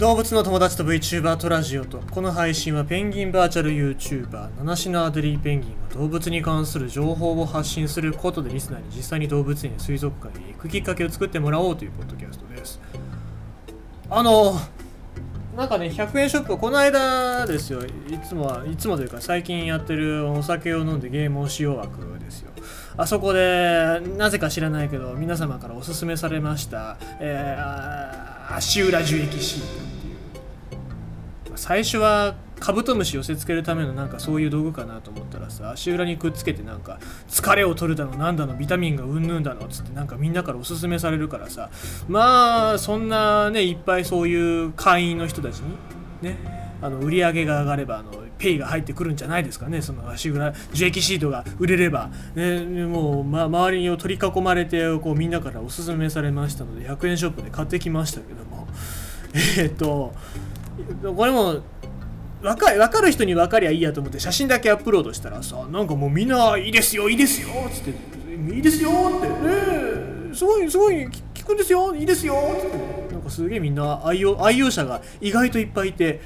動物の友達と VTuber とラジオと。この配信はペンギンバーチャル YouTuber 七種のアデリーペンギンが動物に関する情報を発信することでリスナーに実際に動物園や水族館へ行くきっかけを作ってもらおうというポッドキャストです。なんかね、100円ショップ、この間ですよ、いつもというか最近やってるお酒を飲んでゲームをしよう枠ですよ。あそこでなぜか知らないけど皆様からおすすめされました、足裏樹液シートっていう、最初はカブトムシ寄せつけるためのなんかそういう道具かなと思ったらさ、足裏にくっつけてなんか疲れを取るだのなんだのビタミンがうんぬんだのつってなんかみんなからおすすめされるからさ、まあそんなねいっぱいそういう会員の人たちにね売り上げが上がればペイが入ってくるんじゃないですかね。その足裏樹液シートが売れれば、ね、もう、周りを取り囲まれてこうみんなからおすすめされましたので100円ショップで買ってきましたけどもこれも分かる人に分かりゃいいやと思って写真だけアップロードしたらさ、なんかもうみんないいですよいいですよつっていいですよってすごい聞くんですよいいですよつってなんかすげえみんな愛用者が意外といっぱいいて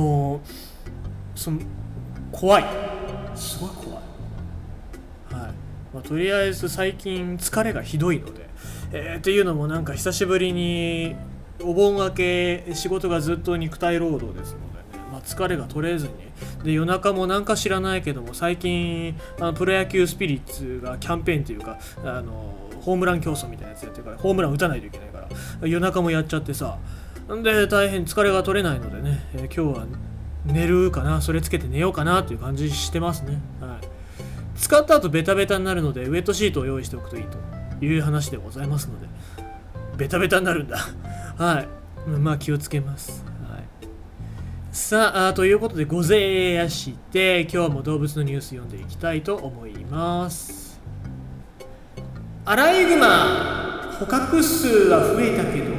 怖い、すごい怖い。とりあえず最近疲れがひどいので、っていうのもなんか久しぶりにお盆明け仕事がずっと肉体労働ですのでね、疲れが取れずにで夜中もなんか知らないけども最近プロ野球スピリッツがキャンペーンというかホームラン競争みたいなやつやってるからホームラン打たないといけないから夜中もやっちゃってさ、で大変疲れが取れないのでね、今日は寝るかな、それつけて寝ようかなっていう感じしてますね。使った後ベタベタになるのでウェットシートを用意しておくといいという話でございますので、ベタベタになるんだ気をつけます。さあということでごぜやして今日も動物のニュース読んでいきたいと思います。アライグマ捕獲数は増えたけど、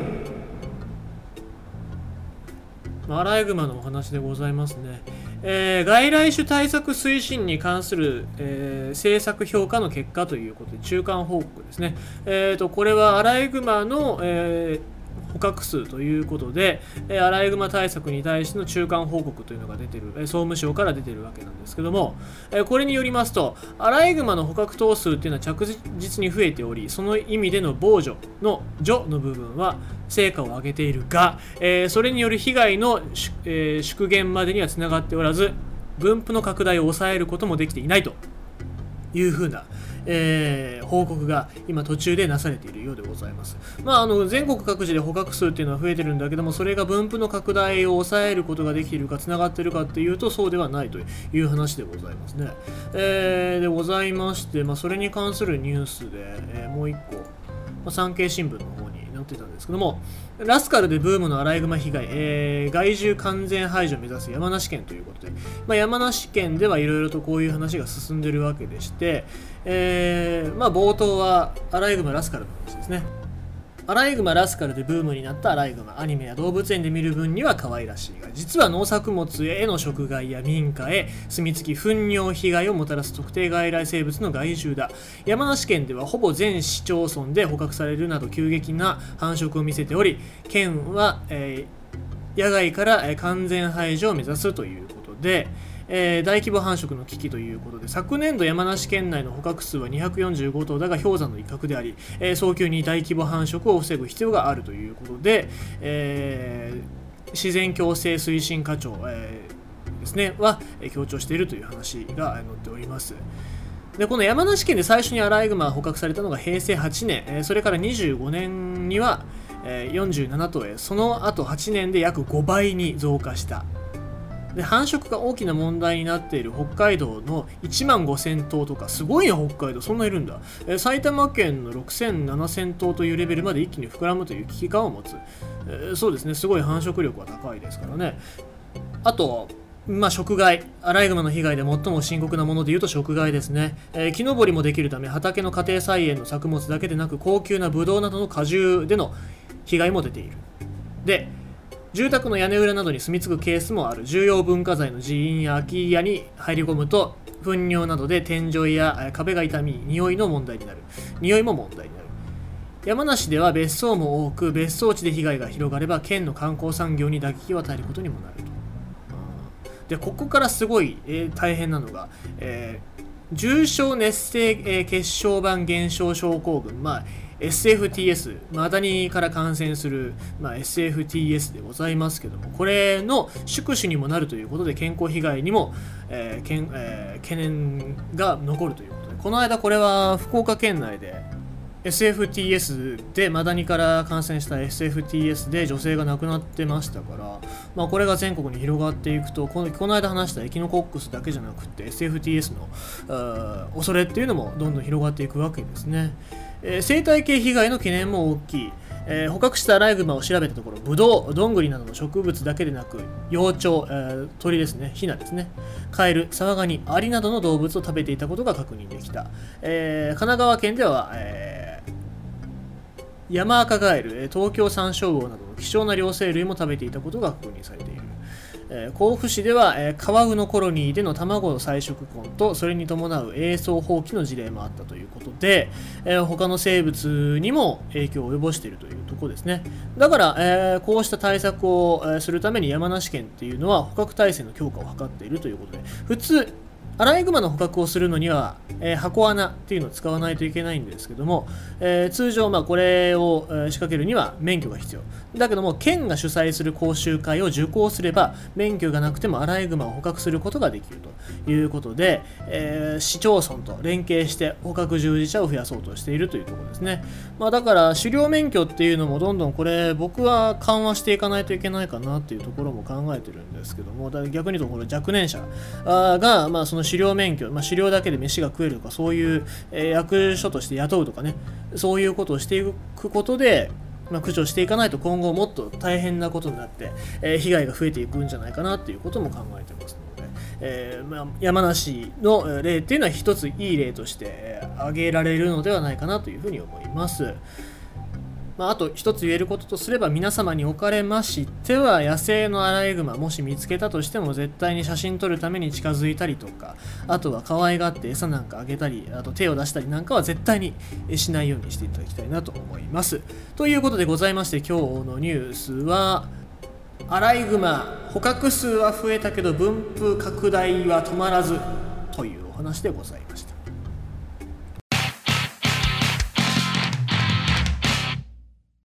アライグマのお話でございますね。外来種対策推進に関する、政策評価の結果ということで中間報告ですね。これはアライグマの、捕獲数ということで、アライグマ対策に対しての中間報告というのが出てる、総務省から出てるわけなんですけども、これによりますとアライグマの捕獲頭数というのは着実に増えており、その意味での防除の除の部分は成果を上げているが、それによる被害の、縮減までにはつながっておらず分布の拡大を抑えることもできていないというふうな報告が今途中でなされているようでございます。全国各地で捕獲数っていうのは増えてるんだけども、それが分布の拡大を抑えることができているかつながっているかっていうとそうではないという話でございますね。でございまして、それに関するニュースで、もう一個、産経新聞の方に載ってたんですけども、ラスカルでブームのアライグマ被害、害獣完全排除を目指す山梨県ということで、山梨県ではいろいろとこういう話が進んでいるわけでして、冒頭はアライグマラスカルの話ですね。アライグマラスカルでブームになったアライグマ、アニメや動物園で見る分には可愛らしいが、実は農作物への食害や民家へ住み着き糞尿被害をもたらす特定外来生物の害獣だ。山梨県ではほぼ全市町村で捕獲されるなど急激な繁殖を見せており、県は、野外から完全排除を目指すということで、大規模繁殖の危機ということで、昨年度山梨県内の捕獲数は245頭だが氷山の一角であり、早急に大規模繁殖を防ぐ必要があるということで、自然共生推進課長、ですねは強調しているという話が載っております。でこの山梨県で最初にアライグマが捕獲されたのが平成8年、それから25年には47頭へ、その後8年で約5倍に増加した。で繁殖が大きな問題になっている北海道の1万5000頭とか、すごいな北海道そんないるんだ。埼玉県の6000、7000頭というレベルまで一気に膨らむという危機感を持つ。そうですね、すごい繁殖力は高いですからね。あと食害、アライグマの被害で最も深刻なものでいうと食害ですね。木登りもできるため畑の家庭菜園の作物だけでなく高級なブドウなどの果汁での被害も出ている。で住宅の屋根裏などに住み着くケースもある。重要文化財の寺院や空き家に入り込むと糞尿などで天井や壁が傷み匂いも問題になる。 山梨では別荘も多く、別荘地で被害が広がれば県の観光産業に打撃を与えることにもなると。でここからすごい、大変なのが、重症熱性、血小板減少症候群、SFTS、マダニから感染する、SFTS でございますけども、これの宿主にもなるということで、健康被害にも、懸念が残るということで、この間これは福岡県内でSFTS でマダニから感染した SFTS で女性が亡くなってましたから、これが全国に広がっていくと、この間話したエキノコックスだけじゃなくて SFTS の恐れっていうのもどんどん広がっていくわけですね。生態系被害の懸念も大きい。捕獲したアライグマを調べたところ、ブドウ、どんぐりなどの植物だけでなく、幼鳥、鳥ですね、ヒナですね、カエル、サワガニ、アリなどの動物を食べていたことが確認できた。神奈川県では、ヤマアカガエル、東京サンショウウオなどの希少な両生類も食べていたことが確認されている。甲府市では、カワウのコロニーでの卵の採食痕とそれに伴う営巣放棄の事例もあったということで、他の生物にも影響を及ぼしているというところですね。だから、こうした対策を、するために山梨県っていうのは捕獲体制の強化を図っているということで、普通アライグマの捕獲をするのには、箱穴っていうのを使わないといけないんですけども、通常これを、仕掛けるには免許が必要だけども、県が主催する講習会を受講すれば免許がなくてもアライグマを捕獲することができるということで、市町村と連携して捕獲従事者を増やそうとしているというところですね。だから狩猟免許っていうのもどんどんこれ僕は緩和していかないといけないかなっていうところも考えてるんですけども、逆に言うとこれ若年者がその狩猟免許、狩猟だけで飯が食えるとか、そういう、役所として雇うとかね、そういうことをしていくことで、駆除していかないと今後もっと大変なことになって、被害が増えていくんじゃないかなっていうことも考えてますので、山梨の例っていうのは一ついい例として挙げられるのではないかなというふうに思います。あと一つ言えることとすれば、皆様におかれましては野生のアライグマもし見つけたとしても絶対に写真撮るために近づいたりとか、あとは可愛がって餌なんかあげたり、あと手を出したりなんかは絶対にしないようにしていただきたいなと思います。ということでございまして、今日のニュースはアライグマ捕獲数は増えたけど分布拡大は止まらずというお話でございました。